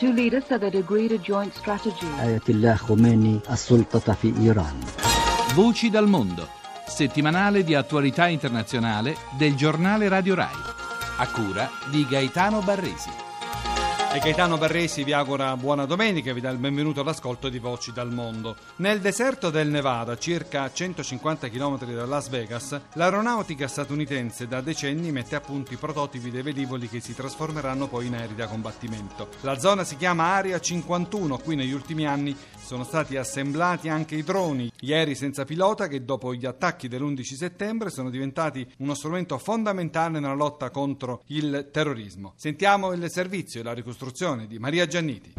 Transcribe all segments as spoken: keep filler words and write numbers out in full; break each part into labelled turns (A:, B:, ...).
A: two leaders said they'd agreed a joint strategy.
B: Ayatollah Khomeini السلطة في إيران.
C: Voci dal mondo, settimanale di attualità internazionale del giornale Radio Rai, a cura di Gaetano Barresi.
D: E Gaetano Barresi vi augura buona domenica e vi dà il benvenuto all'ascolto di Voci dal Mondo. Nel deserto del Nevada, circa centocinquanta chilometri da Las Vegas, l'aeronautica statunitense da decenni mette a punto i prototipi dei velivoli che si trasformeranno poi in aerei da combattimento. La zona si chiama Area cinquantuno, qui negli ultimi anni sono stati assemblati anche i droni, gli aerei senza pilota che dopo gli attacchi dell'undici settembre sono diventati uno strumento fondamentale nella lotta contro il terrorismo. Sentiamo il servizio e la ricostruzione di Maria Gianniti.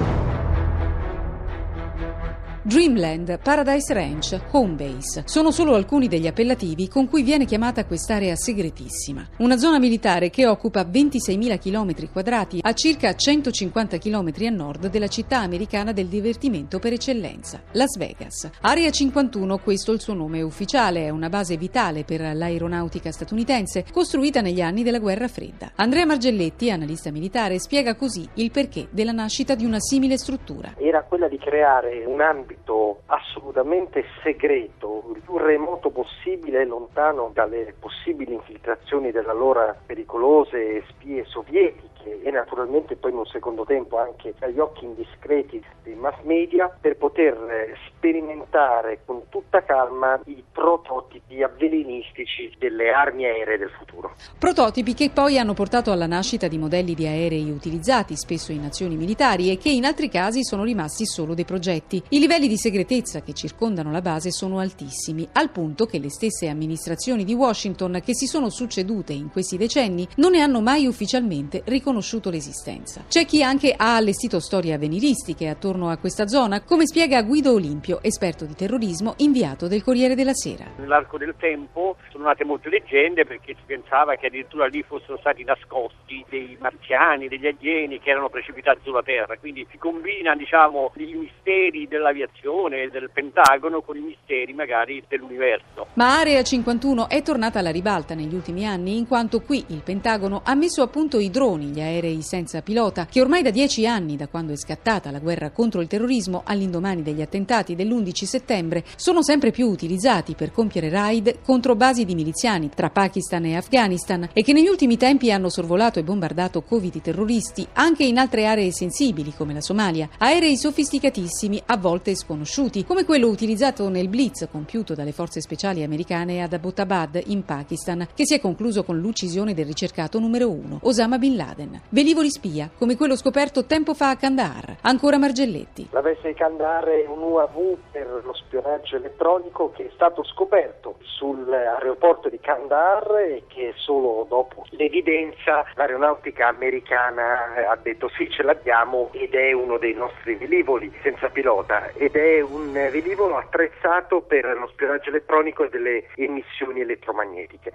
E: Dreamland, Paradise Ranch, Homebase sono solo alcuni degli appellativi con cui viene chiamata quest'area segretissima. Una zona militare che occupa ventiseimila chilometri quadrati a circa centocinquanta chilometri a nord della città americana del divertimento per eccellenza, Las Vegas. Area cinquantuno, questo è il suo nome ufficiale, è una base vitale per l'aeronautica statunitense costruita negli anni della Guerra Fredda. Andrea Margelletti, analista militare, spiega così il perché della nascita di una simile struttura.
F: Era quella di creare un ambito assolutamente segreto, il più remoto possibile, lontano dalle possibili infiltrazioni dell'allora pericolose spie sovietiche e naturalmente poi in un secondo tempo anche dagli occhi indiscreti dei mass media, per poter sperimentare con tutta calma i prototipi avvelenistici delle armi aeree del futuro.
E: Prototipi che poi hanno portato alla nascita di modelli di aerei utilizzati spesso in azioni militari e che in altri casi sono rimasti solo dei progetti. I livelli di segretezza che circondano la base sono altissimi, al punto che le stesse amministrazioni di Washington che si sono succedute in questi decenni non ne hanno mai ufficialmente riconosciuto l'esistenza. C'è chi anche ha allestito storie avveniristiche attorno a questa zona, come spiega Guido Olimpio, esperto di terrorismo inviato del Corriere della Sera.
G: Nell'arco del tempo sono nate molte leggende perché si pensava che addirittura lì fossero stati nascosti dei marziani, degli alieni che erano precipitati sulla Terra, quindi si combina, diciamo, i misteri dell'aviazione e del Pentagono con i misteri magari dell'universo.
E: Ma Area cinquantuno è tornata alla ribalta negli ultimi anni, in quanto qui il Pentagono ha messo a punto i droni, gli aerei senza pilota, che ormai da dieci anni, da quando è scattata la guerra contro il terrorismo all'indomani degli attentati dell'undici settembre, sono sempre più utilizzati per compiere raid contro basi di miliziani tra Pakistan e Afghanistan e che negli ultimi tempi hanno sorvolato e bombardato coviti terroristi anche in altre aree sensibili come la Somalia. Aerei sofisticatissimi, a volte sconosciuti, come quello utilizzato nel blitz compiuto dalle forze speciali americane ad Abbottabad in Pakistan, che si è concluso con l'uccisione del ricercato numero uno, Osama Bin Laden. Velivoli spia, come quello scoperto tempo fa a Kandahar. Ancora Margelletti.
F: La base di Kandahar è un U A V per lo spionaggio elettronico che è stato scoperto sull'aeroporto di Kandahar e che solo dopo l'evidenza l'aeronautica americana ha detto sì, ce l'abbiamo ed è uno dei nostri velivoli senza pilota ed è un velivolo attrezzato per lo spionaggio elettronico e delle emissioni elettromagnetiche.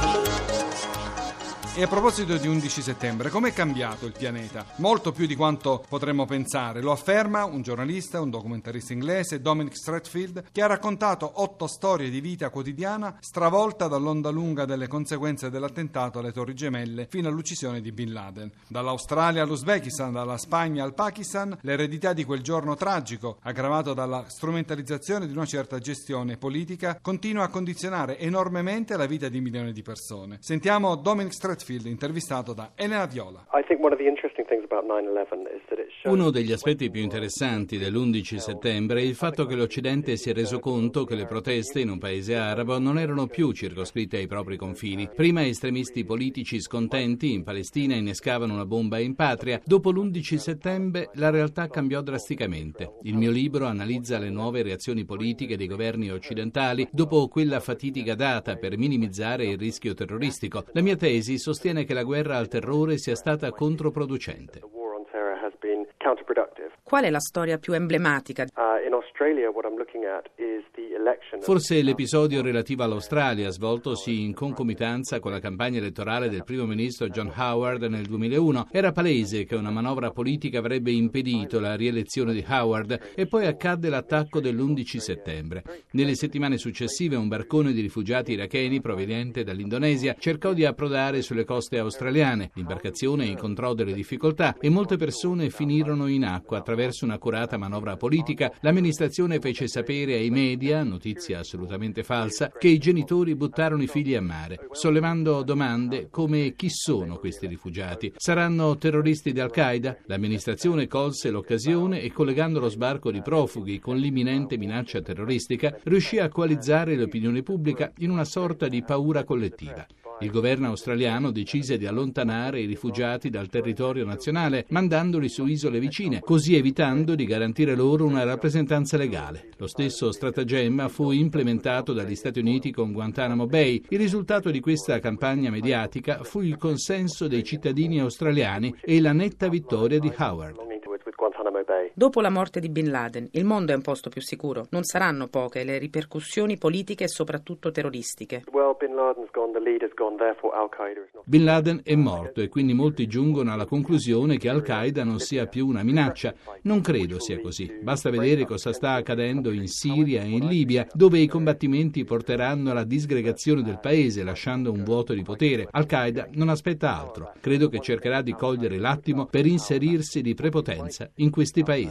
D: E a proposito di undici settembre, com'è cambiato il pianeta? Molto più di quanto potremmo pensare. Lo afferma un giornalista, un documentarista inglese, Dominic Stratfield, che ha raccontato otto storie di vita quotidiana stravolta dall'onda lunga delle conseguenze dell'attentato alle Torri Gemelle fino all'uccisione di Bin Laden. Dall'Australia all'Uzbekistan, dalla Spagna al Pakistan, l'eredità di quel giorno tragico, aggravato dalla strumentalizzazione di una certa gestione politica, continua a condizionare enormemente la vita di milioni di persone. Sentiamo Dominic Stratfield, intervistato da Elena Viola.
H: Uno degli aspetti più interessanti dell'undici settembre è il fatto che l'Occidente si è reso conto che le proteste in un paese arabo non erano più circoscritte ai propri confini. Prima estremisti politici scontenti in Palestina innescavano una bomba in patria. Dopo l'undici settembre la realtà cambiò drasticamente. Il mio libro analizza le nuove reazioni politiche dei governi occidentali dopo quella fatidica data per minimizzare il rischio terroristico. La mia tesi sostiene che la guerra al terrore sia stata controproducente.
I: Qual è la storia più emblematica?
F: Uh, in Australia what I'm looking at is the
H: Forse l'episodio relativo all'Australia, svoltosi in concomitanza con la campagna elettorale del primo ministro John Howard nel duemilauno, era palese che una manovra politica avrebbe impedito la rielezione di Howard e poi accadde l'attacco dell'undici settembre. Nelle settimane successive un barcone di rifugiati iracheni proveniente dall'Indonesia cercò di approdare sulle coste australiane. L'imbarcazione incontrò delle difficoltà e molte persone finirono in acqua. Attraverso un'accurata manovra politica, l'amministrazione fece sapere ai media, notizia assolutamente falsa, che i genitori buttarono i figli a mare, sollevando domande come: chi sono questi rifugiati? Saranno terroristi di Al-Qaeda? L'amministrazione colse l'occasione e, collegando lo sbarco di profughi con l'imminente minaccia terroristica, riuscì a coalizzare l'opinione pubblica in una sorta di paura collettiva. Il governo australiano decise di allontanare i rifugiati dal territorio nazionale, mandandoli su isole vicine, così evitando di garantire loro una rappresentanza legale. Lo stesso stratagemma fu implementato dagli Stati Uniti con Guantanamo Bay. Il risultato di questa campagna mediatica fu il consenso dei cittadini australiani e la netta vittoria di Howard.
I: Dopo la morte di Bin Laden, il mondo è un posto più sicuro. Non saranno poche le ripercussioni politiche e soprattutto terroristiche.
H: Bin Laden è morto e quindi molti giungono alla conclusione che Al-Qaeda non sia più una minaccia. Non credo sia così. Basta vedere cosa sta accadendo in Siria e in Libia, dove i combattimenti porteranno alla disgregazione del paese, lasciando un vuoto di potere. Al-Qaeda non aspetta altro. Credo che cercherà di cogliere l'attimo per inserirsi di prepotenza in questi paesi.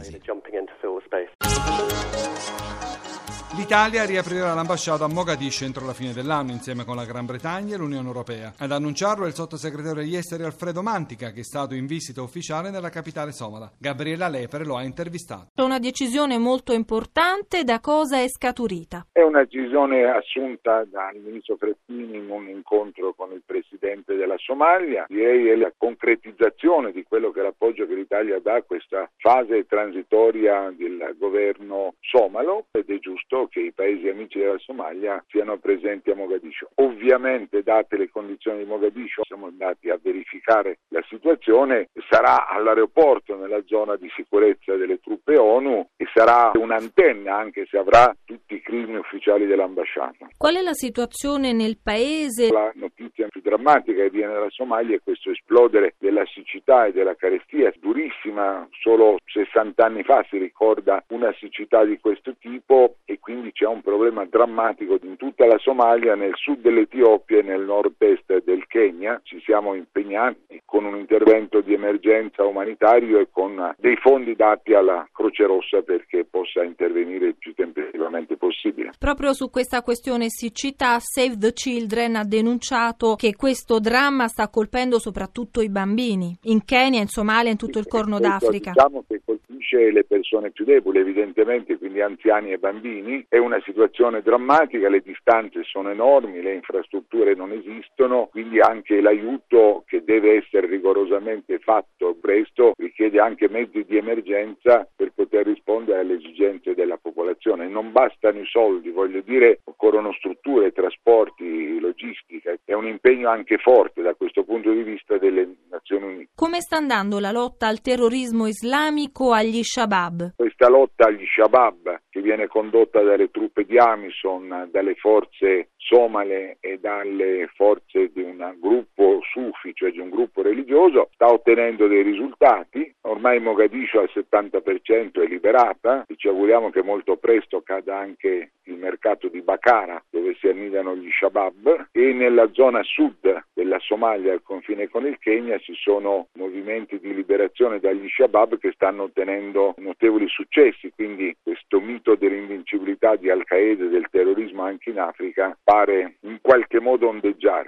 D: L'Italia riaprirà l'ambasciata a Mogadiscio entro la fine dell'anno insieme con la Gran Bretagna e l'Unione Europea. Ad annunciarlo è il sottosegretario degli esteri Alfredo Mantica, che è stato in visita ufficiale nella capitale somala. Gabriella Lepere lo ha intervistato.
J: È una decisione molto importante. Da cosa è scaturita?
K: È una decisione assunta dal ministro Frattini in un incontro con il presidente della Somalia. Direi è la concretizzazione di quello che è l'appoggio che l'Italia dà a questa fase transitoria del governo somalo, ed è giusto che i paesi amici della Somalia siano presenti a Mogadiscio. Ovviamente, date le condizioni di Mogadiscio, siamo andati a verificare la situazione. Sarà all'aeroporto, nella zona di sicurezza delle truppe ONU, e sarà un'antenna, anche se avrà tutti i crismi ufficiali dell'ambasciata.
J: Qual è la situazione nel paese?
K: La notizia più drammatica che viene dalla Somalia è questo esplodere della siccità e della carestia durissima. Solo sessanta anni fa si ricorda una siccità di questo tipo, e quindi c'è un problema drammatico in tutta la Somalia, nel sud dell'Etiopia e nel nord-est del Kenya. Ci siamo impegnati con un intervento di emergenza umanitario e con dei fondi dati alla Croce Rossa perché possa intervenire il più tempestivamente possibile.
J: Proprio su questa questione siccità, Save the Children ha denunciato che questo dramma sta colpendo soprattutto i bambini in Kenya, in Somalia, in tutto il Corno d'Africa.
K: Diciamo che colpisce le persone più deboli, evidentemente, quindi anziani e bambini. È una situazione drammatica, le distanze sono enormi, le infrastrutture non esistono, quindi anche l'aiuto, che deve essere rigorosamente fatto presto, richiede anche mezzi di emergenza per poter rispondere alle esigenze della popolazione. Non bastano i soldi, voglio dire, occorrono strutture, trasporti, logistica. È un impegno anche forte da questo punto di vista delle Nazioni Unite.
J: Come sta andando la lotta al terrorismo islamico, agli Shabab?
K: Questa lotta agli Shabab, che viene condotta dalle truppe di Amisom, dalle forze somale e dalle forze di un gruppo sufi, cioè di un gruppo religioso, sta ottenendo dei risultati. Ormai Mogadiscio al settanta per cento è liberata e ci auguriamo che molto presto cada anche il mercato di Bakara, dove si annidano gli Shabab, e nella zona sud della Somalia, al confine con il Kenya, ci sono movimenti di liberazione dagli Shabab che stanno ottenendo notevoli successi, quindi questo mito dell'invincibilità di Al-Qaeda e del terrorismo anche in Africa pare in qualche modo ondeggiare.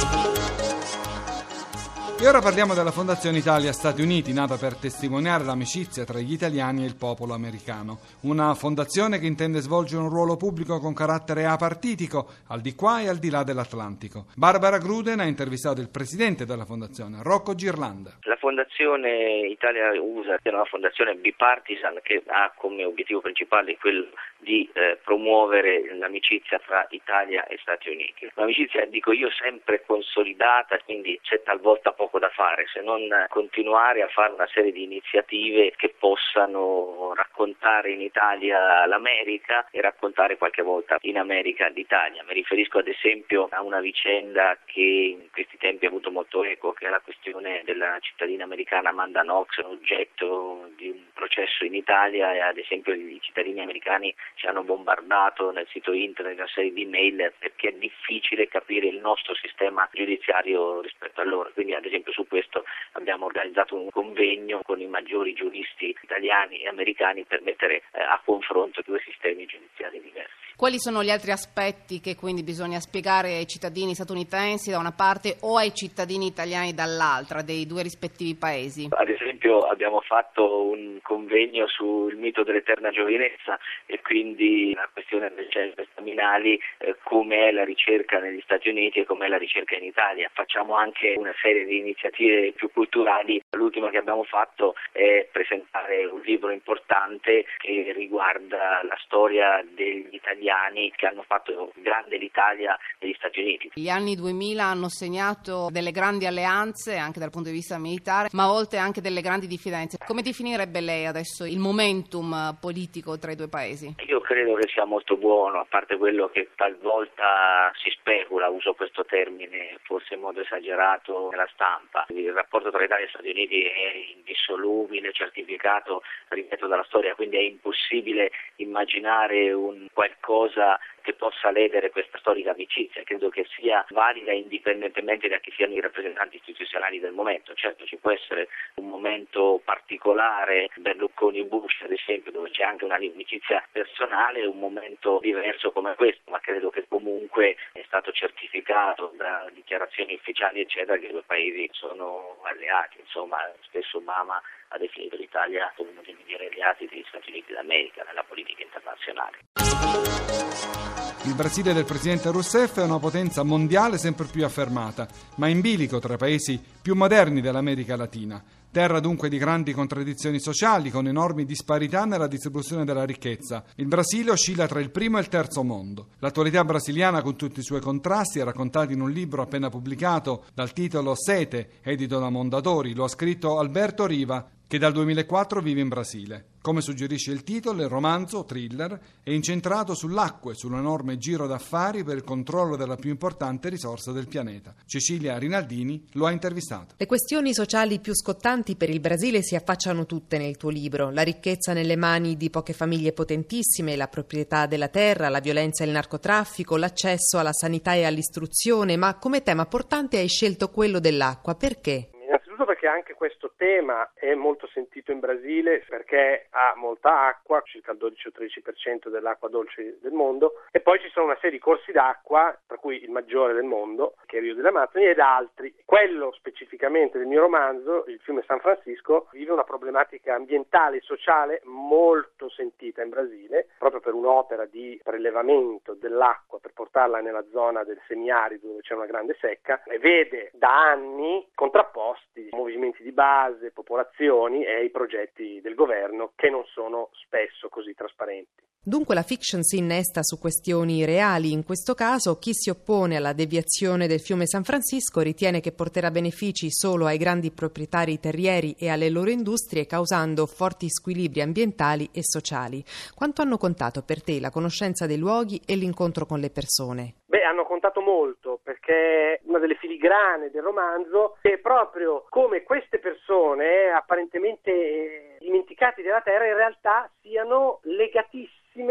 D: E ora parliamo della Fondazione Italia-Stati Uniti, nata per testimoniare l'amicizia tra gli italiani e il popolo americano. Una fondazione che intende svolgere un ruolo pubblico con carattere apartitico, al di qua e al di là dell'Atlantico. Barbara Gruden ha intervistato il presidente della fondazione, Rocco Girlanda.
L: La Fondazione Italia-U S A è una fondazione bipartisan che ha come obiettivo principale quello di eh, promuovere l'amicizia fra Italia e Stati Uniti. Un'amicizia, dico io, sempre consolidata, quindi c'è talvolta poco da fare, se non continuare a fare una serie di iniziative che possano raccontare in Italia l'America e raccontare qualche volta in America l'Italia. Mi riferisco ad esempio a una vicenda che in questi tempi ha avuto molto eco, che è la questione della cittadina americana Amanda Knox, oggetto di un processo in Italia, e ad esempio i cittadini americani ci hanno bombardato nel sito internet una serie di mail perché è difficile capire il nostro sistema giudiziario rispetto a loro. Quindi ad esempio su questo abbiamo organizzato un convegno con i maggiori giuristi italiani e americani per mettere eh, a confronto due sistemi giudiziari diversi.
M: Quali sono gli altri aspetti che quindi bisogna spiegare ai cittadini statunitensi da una parte o ai cittadini italiani dall'altra, dei due rispettivi paesi?
L: Ad esempio abbiamo fatto un convegno sul mito dell'eterna giovinezza e quindi la questione delle cellule staminali, eh, come è la ricerca negli Stati Uniti e come è la ricerca in Italia. Facciamo anche una serie di iniziative più culturali. L'ultima che abbiamo fatto è presentare un libro importante che riguarda la storia degli italiani che hanno fatto grande l'Italia negli Stati Uniti.
M: Gli anni duemila hanno segnato delle grandi alleanze anche dal punto di vista militare, ma a volte anche delle grandi diffidenze. Come definirebbe lei adesso il momentum politico tra i due paesi?
L: Io credo che sia molto buono, a parte quello che talvolta si specula, uso questo termine forse in modo esagerato nella stampa. Il rapporto tra Italia e Stati Uniti è indissolubile, certificato, ripeto, dalla storia, quindi è impossibile immaginare un qualcosa che possa ledere questa storica amicizia. Credo che sia valida indipendentemente da chi siano i rappresentanti istituzionali del momento. Certo, ci può essere un momento particolare, Berlusconi-Bush ad esempio, dove c'è anche un'amicizia personale, un momento diverso come questo, ma credo che comunque è stato certificato da dichiarazioni ufficiali eccetera che i due paesi sono alleati. Insomma, stesso Obama ha definito l'Italia come uno dei migliori alleati degli Stati Uniti d'America nella politica internazionale.
D: Il Brasile del presidente Rousseff è una potenza mondiale sempre più affermata, ma in bilico tra i paesi più moderni dell'America Latina. Terra dunque di grandi contraddizioni sociali, con enormi disparità nella distribuzione della ricchezza. Il Brasile oscilla tra il primo e il terzo mondo. L'attualità brasiliana, con tutti i suoi contrasti, è raccontata in un libro appena pubblicato dal titolo Sete, edito da Mondadori. Lo ha scritto Alberto Riva, che dal duemilaquattro vive in Brasile. Come suggerisce il titolo, il romanzo, thriller, è incentrato sull'acqua e sull'enorme giro d'affari per il controllo della più importante risorsa del pianeta. Cecilia Rinaldini lo ha intervistato.
N: Le questioni sociali più scottanti per il Brasile si affacciano tutte nel tuo libro. La ricchezza nelle mani di poche famiglie potentissime, la proprietà della terra, la violenza e il narcotraffico, l'accesso alla sanità e all'istruzione, ma come tema portante hai scelto quello dell'acqua. Perché?
F: Perché anche questo tema è molto sentito in Brasile, perché ha molta acqua, circa il dodici o tredici per cento dell'acqua dolce del mondo, e poi ci sono una serie di corsi d'acqua, tra cui il maggiore del mondo, che è Rio delle Amazzoni, ed altri. Quello specificamente del mio romanzo, il fiume San Francisco, vive una problematica ambientale e sociale molto sentita in Brasile, proprio per un'opera di prelevamento dell'acqua per portarla nella zona del semiarido dove c'è una grande secca, e vede da anni contrapposti movimenti di base, popolazioni e i progetti del governo che non sono spesso così trasparenti.
N: Dunque la fiction si innesta su questioni reali. In questo caso chi si oppone alla deviazione del fiume San Francisco ritiene che porterà benefici solo ai grandi proprietari terrieri e alle loro industrie, causando forti squilibri ambientali e sociali. Quanto hanno contato per te la conoscenza dei luoghi e l'incontro con le persone?
F: Beh, hanno contato molto, perché una delle filigrane del romanzo è proprio come queste persone apparentemente dimenticate della terra in realtà siano legatissime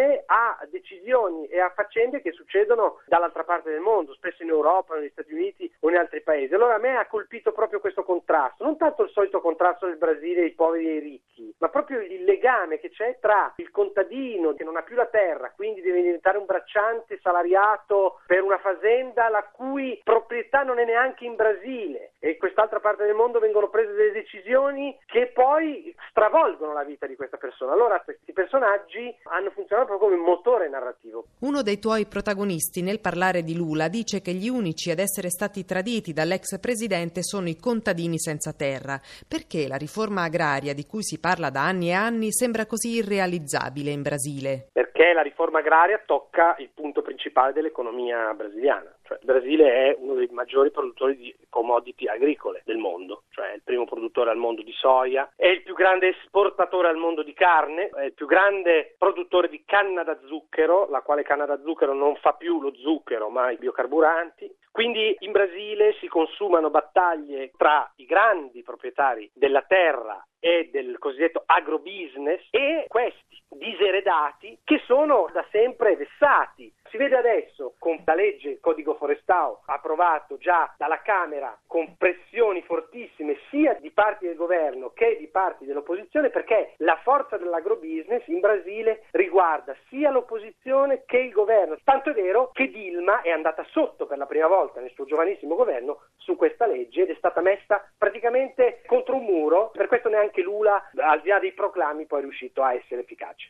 F: a decisioni e a faccende che succedono dall'altra parte del mondo, spesso in Europa, negli Stati Uniti o in altri paesi. Allora a me ha colpito proprio questo contrasto, non tanto il solito contrasto del Brasile e i poveri e i ricchi, ma proprio il legame che c'è tra il contadino che non ha più la terra, quindi deve diventare un bracciante salariato per una fazenda la cui proprietà non è neanche in Brasile, e in quest'altra parte del mondo vengono prese delle decisioni che poi stravolgono la vita di questa persona. Allora questi personaggi hanno funzionato proprio come motore narrativo.
N: Uno dei tuoi protagonisti, nel parlare di Lula, dice che gli unici ad essere stati traditi dall'ex presidente sono i contadini senza terra. Perché la riforma agraria di cui si parla da anni e anni sembra così irrealizzabile in Brasile?
F: Perché perché la riforma agraria tocca il punto principale dell'economia brasiliana. Cioè, il Brasile è uno dei maggiori produttori di commodity agricole del mondo, cioè è il primo produttore al mondo di soia, è il più grande esportatore al mondo di carne, è il più grande produttore di canna da zucchero, la quale canna da zucchero non fa più lo zucchero ma i biocarburanti. Quindi in Brasile si consumano battaglie tra i grandi proprietari della terra e del cosiddetto agrobusiness e questi diseredati che sono da sempre vessati. Si vede adesso con la legge il Codigo Forestale approvato già dalla Camera con pressioni fortissime sia di parti del governo che di parti dell'opposizione, perché la forza dell'agrobusiness in Brasile riguarda sia l'opposizione che il governo. Tanto è vero che Dilma è andata sotto per la prima volta nel suo giovanissimo governo su questa legge ed è stata messa praticamente contro un muro. Per questo neanche Lula, al di là dei proclami, poi è riuscito a essere efficace.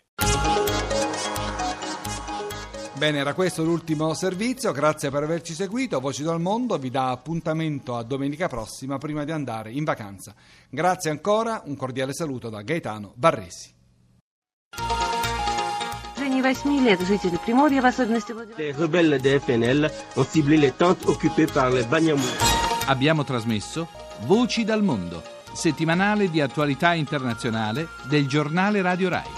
D: Bene, era questo l'ultimo servizio, grazie per averci seguito. Voci dal Mondo vi dà appuntamento a domenica prossima prima di andare in vacanza. Grazie ancora, un cordiale saluto da Gaetano Barresi.
O: Les rebelles de F N L ont ciblé les tentes occupées par les Banyamou.
C: Abbiamo trasmesso Voci dal Mondo, settimanale di attualità internazionale del giornale Radio Rai.